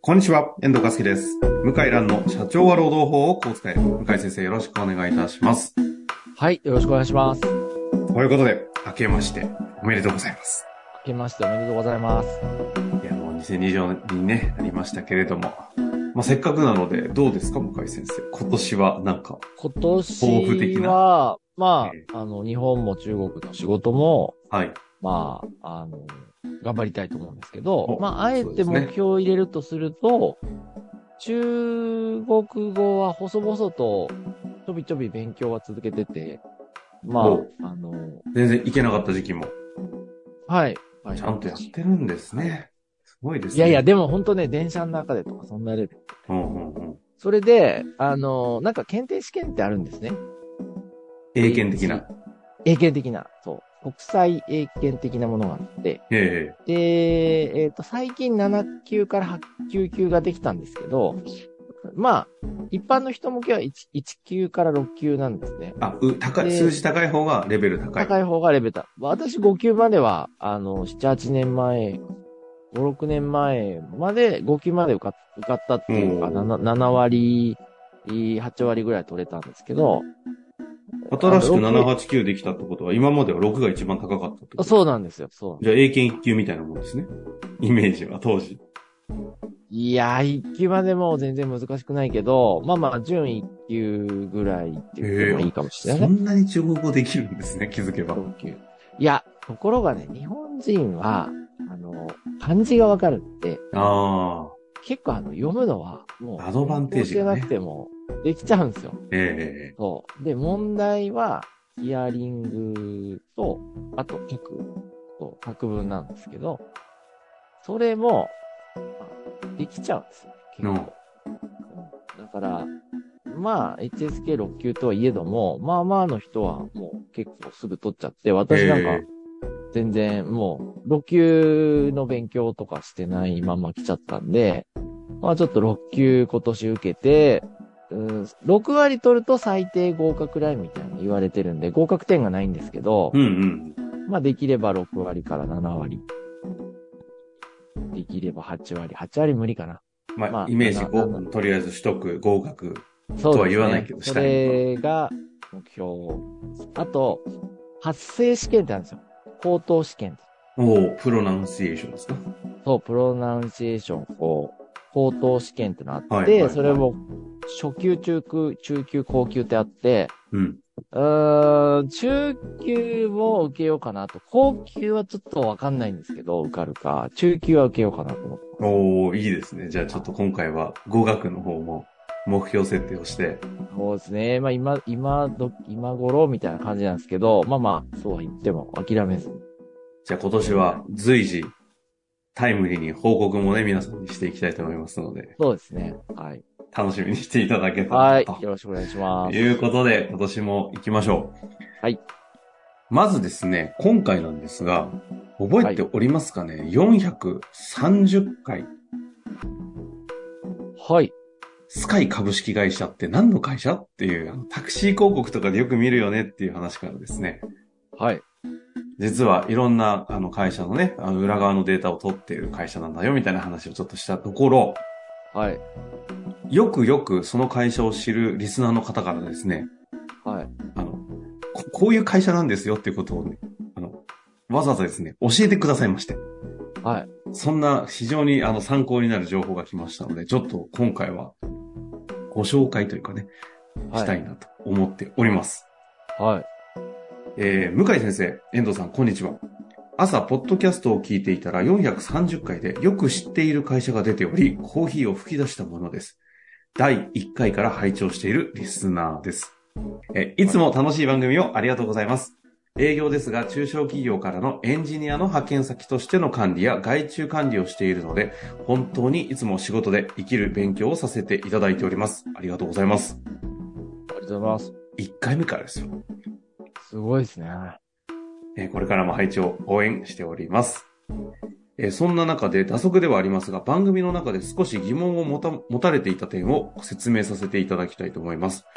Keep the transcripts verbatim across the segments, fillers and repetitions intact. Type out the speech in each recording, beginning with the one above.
こんにちは、遠藤和樹です。向井蘭の社長は労働法をこう使える。向井先生、よろしくお願いいたします。 はい、よろしくお願いします。ということで、明けましておめでとうございます。 明けましておめでとうございます。 いや、もうにせんにじゅうよねんにね、なりましたけれども。まあ、せっかくなので、どうですか、向井先生。今年はなんか、 今年は、まあ、えー、あの、日本も中国の仕事も、はい。まあ、あの、頑張りたいと思うんですけど、まあ、あえて目標を入れるとすると、ね、中国語は細々とちょびちょび勉強は続けてて、まあ、あの、 全然行けなかった時期も。 はい。はい、 ちゃんとやってるんですね。すごいですね。 いやいや、でも本当ね、電車の中でとかそんなレベル。うんうんうん。それで、あの、なんか検定試験ってあるんですね。 英検的な。 英検的な、そう。国際英検的なものがあって、えー、で、えっ、ー、と、最近なな級からはち級級ができたんですけど、まあ、一般の人向けは いち, いち級からろく級なんですね。 あ、う、高い、数字高い方がレベル高い。 高い方がレベル高い。私ご級までは、あの、なな、はちねんまえ、ご、ろくねんまえまでご級まで受か受かったっていうか、なな, なな割、はち割ぐらい取れたんですけど、 新しくなな、はち級できたってことは、今まではろくが一番高かったってこと？ そうなんですよ、そう。 じゃあ、英検いっ級みたいなもんですね。イメージは、当時。 いやー、いっ級までも全然難しくないけど、まあまあ、準いっ級ぐらいって言ってもいいかもしれない、ね。 そんなに中国語できるんですね、気づけば。 いや、ところがね、日本人は、あの、漢字がわかるって、あ結構あの、読むのは、もう、 アドバンテージが、ね、なくても、できちゃうんですよ。 ええー。 そう。で、問題は、ヒアリングと、あと、書く、と、書く文なんですけど、それも、できちゃうんですよ、結構。うん、だから、まあ、エイチエスケーろく 級とはいえども、まあまあの人はもう結構すぐ取っちゃって、私なんか、全然もう、ろく級の勉強とかしてないまま来ちゃったんで、まあちょっとろく級今年受けて、うん、ろく割取ると最低合格ラインみたいな言われてるんで、合格点がないんですけど、うんうん、まあできればろく割からなな割。できればはち割。はち割無理かな。 まあ、まあ、イメージをとりあえず取得、合格とは言わないけど、 したい。それが目標。あと、発声試験ってあるんですよ。口頭試験。 おお、プロナンシエーションですか？ そう、プロナンシエーション、こう、口頭試験ってのあって、はいはいはい、それも初級、中級、中級、高級ってあって、うん。うーん、中級も受けようかなと。高級はちょっとわかんないんですけど、受かるか。中級は受けようかなと思って。 おー、いいですね。じゃあちょっと今回は語学の方も目標設定をして。 そうですね。まあ今、今ど、今頃みたいな感じなんですけど、まあまあ、そうは言っても諦めずに。 じゃあ今年は随時、タイムリーに報告もね、皆さんにしていきたいと思いますので。 そうですね。はい。 楽しみにしていただけたらはい。よろしくお願いします。 ということで、今年も行きましょう。 はい。 まずですね、今回なんですが、覚えておりますかね、はい、よんひゃくさんじゅっかい。 はい。 スカイ株式会社って何の会社っていう、あのタクシー広告とかでよく見るよねっていう話からですね。 はい。 実はいろんなあの会社のね、あの裏側のデータを取っている会社なんだよみたいな話をちょっとしたところ、 はい。 よくよくその会社を知るリスナーの方からですね、 はい。 あの、こ, こういう会社なんですよっていうことをね、あの、わざわざですね、教えてくださいまして。 はい。 そんな非常にあの参考になる情報が来ましたので、ちょっと今回はご紹介というかね、したいなと思っております。 はい。 えー、向井先生、遠藤さん、こんにちは。朝、ポッドキャストを聞いていたらよんひゃくさんじゅっかいでよく知っている会社が出ており、コーヒーを吹き出したものです。だいいっかいから拝聴しているリスナーです。えいつも楽しい番組をありがとうございます。営業ですが、中小企業からのエンジニアの派遣先としての管理や外注管理をしているので、本当にいつも仕事で生きる勉強をさせていただいております。ありがとうございます。 ありがとうございます。 いっかいめからですよ。 すごいですね。 えこれからも配置を応援しております。えそんな中で打足ではありますが、番組の中で少し疑問を持た、持たれていた点を説明させていただきたいと思います。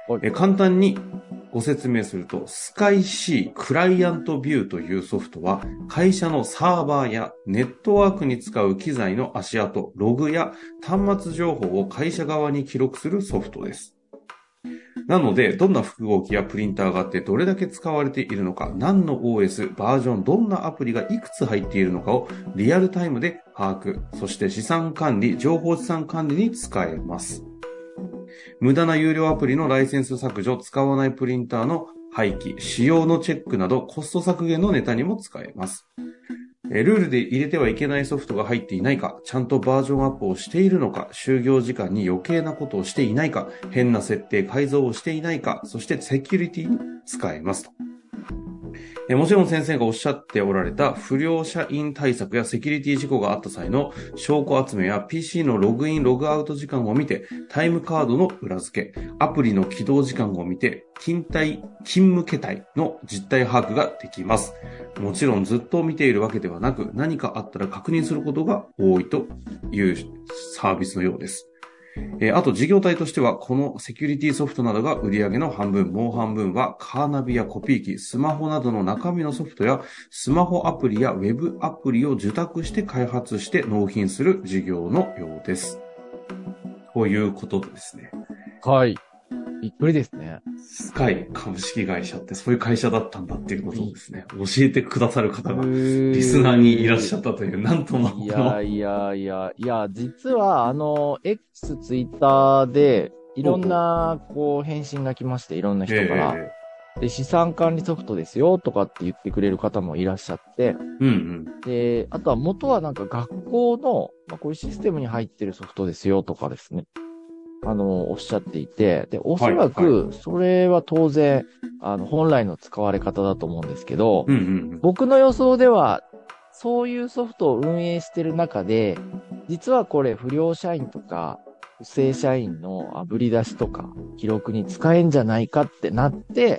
え簡単にご説明すると、スカイシークライアントビューというソフトは、会社のサーバーやネットワークに使う機材の足跡、ログや端末情報を会社側に記録するソフトです。なので、どんな複合機やプリンターがあって、どれだけ使われているのか、何の オーエス、バージョン、どんなアプリがいくつ入っているのかをリアルタイムで把握、そして資産管理、情報資産管理に使えます。無駄な有料アプリのライセンス削除、使わないプリンターの廃棄、使用のチェックなどコスト削減のネタにも使えます。ルールで入れてはいけないソフトが入っていないか、ちゃんとバージョンアップをしているのか、就業時間に余計なことをしていないか、変な設定、改造をしていないか、そしてセキュリティに使えますと。もちろん先生がおっしゃっておられた不良社員対策やセキュリティ事故があった際の証拠集めや ピーシー のログイン、ログアウト時間を見て、タイムカードの裏付け、アプリの起動時間を見て、勤怠、勤務形態の実態把握ができます。もちろんずっと見ているわけではなく、何かあったら確認することが多いというサービスのようです。えー、あと事業体としては、このセキュリティソフトなどが売上の半分、もう半分はカーナビやコピー機、スマホなどの中身のソフトや、スマホアプリやウェブアプリを受託して開発して納品する事業のようです。ということでですね。 はい。びっくりですね。 スカイ株式会社ってそういう会社だったんだっていうことをですね、教えてくださる方がリスナーにいらっしゃったという、なんとも。 いやいやいや、いや、実はあの、X、ツイッターで、いろんな、こう、返信が来まして、いろんな人から。えー、で、資産管理ソフトですよ、とかって言ってくれる方もいらっしゃって。 うんうん。 で、あとは元はなんか学校の、まあ、こういうシステムに入ってるソフトですよ、とかですね。あの、おっしゃっていて、で、おそらく、それは当然、あの、本来の使われ方だと思うんですけど、 うんうんうん、 僕の予想では、そういうソフトを運営してる中で、実はこれ不良社員とか、不正社員の炙り出しとか、記録に使えんじゃないかってなって、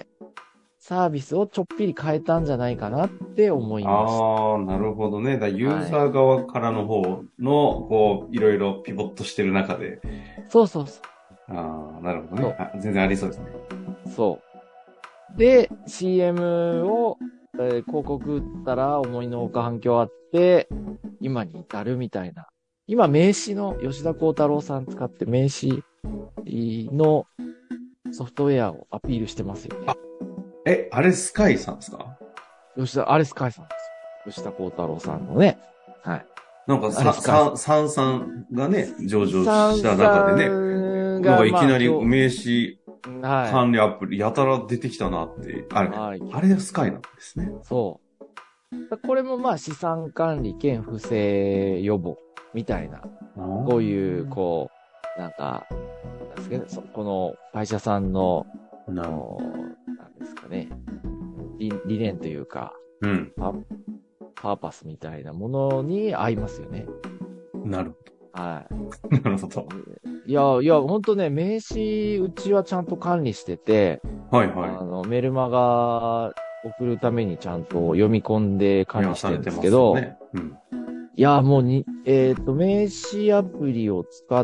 サービスをちょっぴり変えたんじゃないかなって思いました。 ああ、なるほどね。だユーザー側からの方の、こう、いろいろピボットしてる中で。 そうそうそう。 ああ、なるほどね。あ、全然ありそうですね。 そう。で、シーエム を、えー、広告打ったら思いのほか反響あって、今に至るみたいな。今、名刺の吉田幸太郎さん使って名刺のソフトウェアをアピールしてますよね。 あ、え、あれスカイさんですか？ 吉田、あれスカイさんですよ。吉田幸太郎さんのね。はい。 なんかさ、さ、さんさんがね、上場した中でね、なんかいきなり名刺管理アプリやたら出てきたなって、あれ、はい、あれスカイなんですね。 そう。これもまあ資産管理兼不正予防みたいな、こういう、こう、なんか、なんですけど、この会社さんの、 ななんですかね、理, 理念というか、 うん、 パ, パーパスみたいなものに合いますよね。 なるほど。はい。 なるほど。 いや、いや、ほんとね、名刺、うちはちゃんと管理してて、 はいはい。 あの、メルマガ送るためにちゃんと読み込んで管理してるんですけど、い や, ねうん、いやもうに、えっ、ー、と、名刺アプリを使って、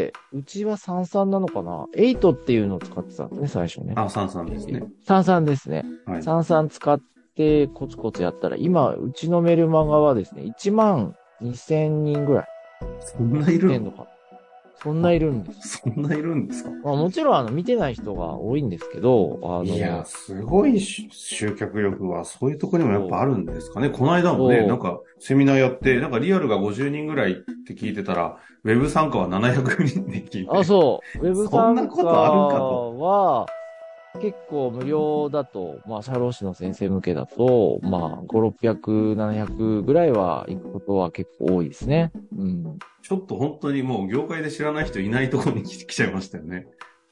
うちはさんさんなのかな ?はち っていうのを使ってたんですね、最初ね。 あ、さんさんですね。 さんさんですね。はい、さんさん使ってコツコツやったら、今、うちのメルマガはですね、いちまんにせんにんぐらい。 そんないるのかそんないるんです。 そんないるんですか？ まあ、もちろん、あの、見てない人が多いんですけど、あの、 いや、すごい集客力は、そういうところにもやっぱあるんですかね。この間もね、なんか、セミナーやって、なんかリアルがごじゅうにんぐらいって聞いてたら、ウェブ参加はななひゃくにんで聞いて。 あ、そう。ウェブ参加は、結構無料だと、まあ、社労士の先生向けだと、まあ、ご、ろっぴゃく、ななひゃくぐらいは行くことは結構多いですね。うん。 ちょっと本当にもう業界で知らない人いないところに来ちゃいましたよね。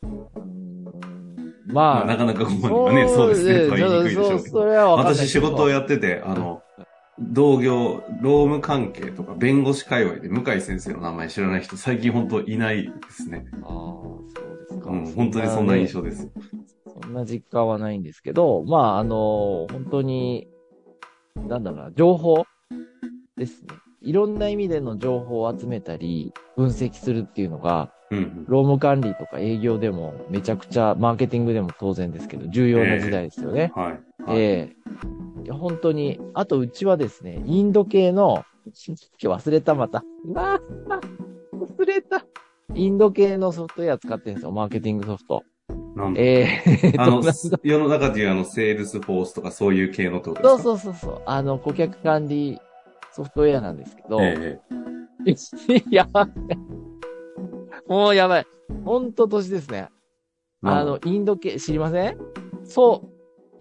まあ、まあ、 なかなかここにはね、そうですね、とは言いにくいでしょうけど。私仕事をやってて、あの、同業、労務関係とか弁護士界隈で向井先生の名前知らない人最近本当いないですね。 ああ、そうですか。 うん、本当にそんな印象です。 そんな実感はないんですけど、まあ、あの、本当に、なんだろうな、情報ですね。いろんな意味での情報を集めたり、分析するっていうのが、 うん、 労務管理とか営業でもめちゃくちゃ、マーケティングでも当然ですけど、重要な時代ですよね。 えー、はい。はい、 ええー、本当に、あとうちはですね、インド系の、今日忘れたまた。うわ忘れた。インド系のソフトウェア使ってるんですよ、マーケティングソフト。 なんええー、 あの、世の中でいうあの、セールスフォースとかそういう系のってことですか？ そうそうそうそう。あの、顧客管理ソフトウェアなんですけど、 ええー、やばい。もうやばい。ほんと年ですね。あの、インド系、知りません？そう。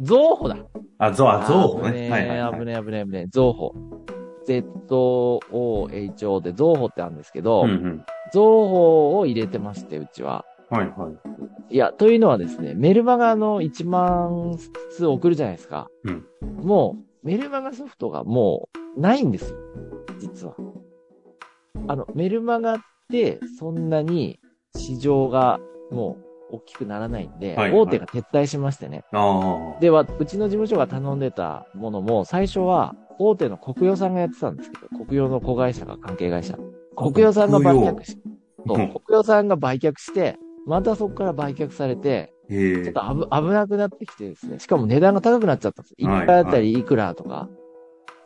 ゾーホだ。 あ、ゾウ、ゾウホね。 はいはいはい。危ねえ危ねえ危ねえ。ゾーホ。ゼットオーエイチオー でゾーホってあるんですけど、 うんうん、 ゾーホを入れてまして、うちは。 はいはい。 いや、というのはですね、メルマガのいちまんつ送るじゃないですか。 うん。 もう、メルマガソフトがもう、ないんですよ。実は。あの、メルマガってそんなに市場がもう大きくならないんで、はいはい、大手が撤退しましてね。 あでは、うちの事務所が頼んでたものも、最初は大手の国用さんがやってたんですけど、国用の子会社が関係会社。国用さんが売却し、そう、国用さんが売却して、またそこから売却されて、ちょっと危なくなってきてですね、しかも値段が高くなっちゃったんですよ。いっかいあたりいくらとか。はいはい、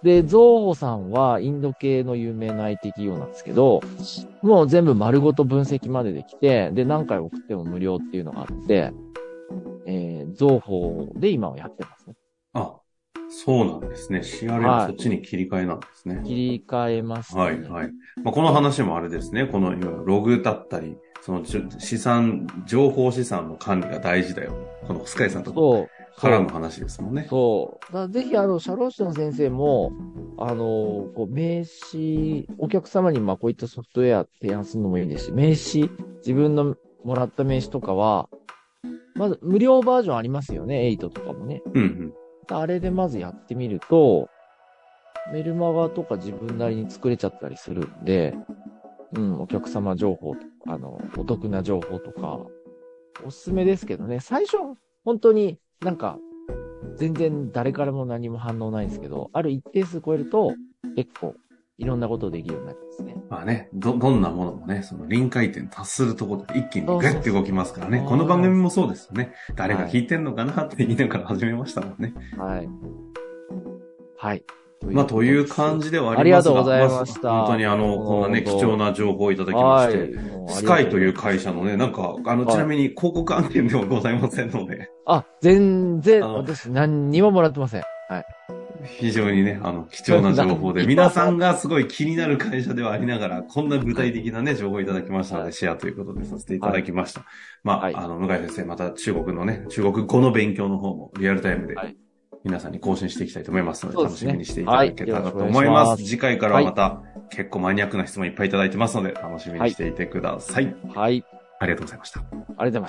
で、ゾーホさんはインド系の有名な アイティー 企業なんですけど、もう全部丸ごと分析までできて、で、何回送っても無料っていうのがあって、えー、ゾーホで今はやってますね。 あ、そうなんですね。シーアールエム、はい、そっちに切り替えなんですね。 切り替えましたね。 はい、はい。まあ、この話もあれですね。このログだったり、その資産、情報資産の管理が大事だよ。このスカイさんと絡む話ですもんね。 そう。だぜひ、あの、社労士の先生も、あの、こう、名刺、お客様に、まあ、こういったソフトウェア提案するのもいいですし、名刺、自分のもらった名刺とかは、まず、無料バージョンありますよね、エイトとかもね。 うんうん。 あれでまずやってみると、メルマガとか自分なりに作れちゃったりするんで、うん、お客様情報、あの、お得な情報とか、おすすめですけどね、最初、本当になんか、全然誰からも何も反応ないんですけど、ある一定数超えると、結構、いろんなことできるようになりますね。 まあね、ど、どんなものもね、その臨界点達するところで一気にガッて動きますからね。そうそうそう、この番組もそうですよね。誰が聞いてんのかなって言いながら始めましたもんね。 はい。はい。 まあ、という感じではありますが。 ありがとうございました。 本当にあの、こんなね、貴重な情報をいただきまして、スカイという会社のね、なんか、あの、ちなみに広告案件ではございませんので。 あ、全然、私何にももらってません。はい。 非常にね、あの、貴重な情報で、皆さんがすごい気になる会社ではありながら、こんな具体的なね、情報をいただきましたので、シェアということでさせていただきました。はい、まあ、はい、あの、向井先生、また中国のね、中国語の勉強の方もリアルタイムで、皆さんに更新していきたいと思いますので、楽しみにしていただけたらと思います。はい、次回からはまた、結構マニアックな質問いっぱいいただいてますので、楽しみにしていてください。 はい。はい、 ありがとうございました。ありがとうございました。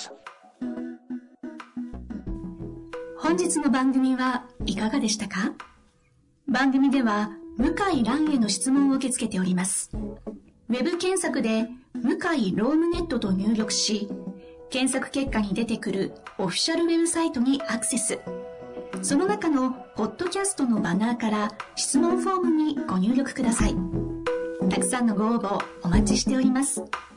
本日の番組はいかがでしたか？番組では向井蘭への質問を受け付けております。ウェブ検索で向井ロームネットと入力し、検索結果に出てくるオフィシャルウェブサイトにアクセス。その中のポッドキャストのバナーから質問フォームにご入力ください。たくさんのご応募お待ちしております。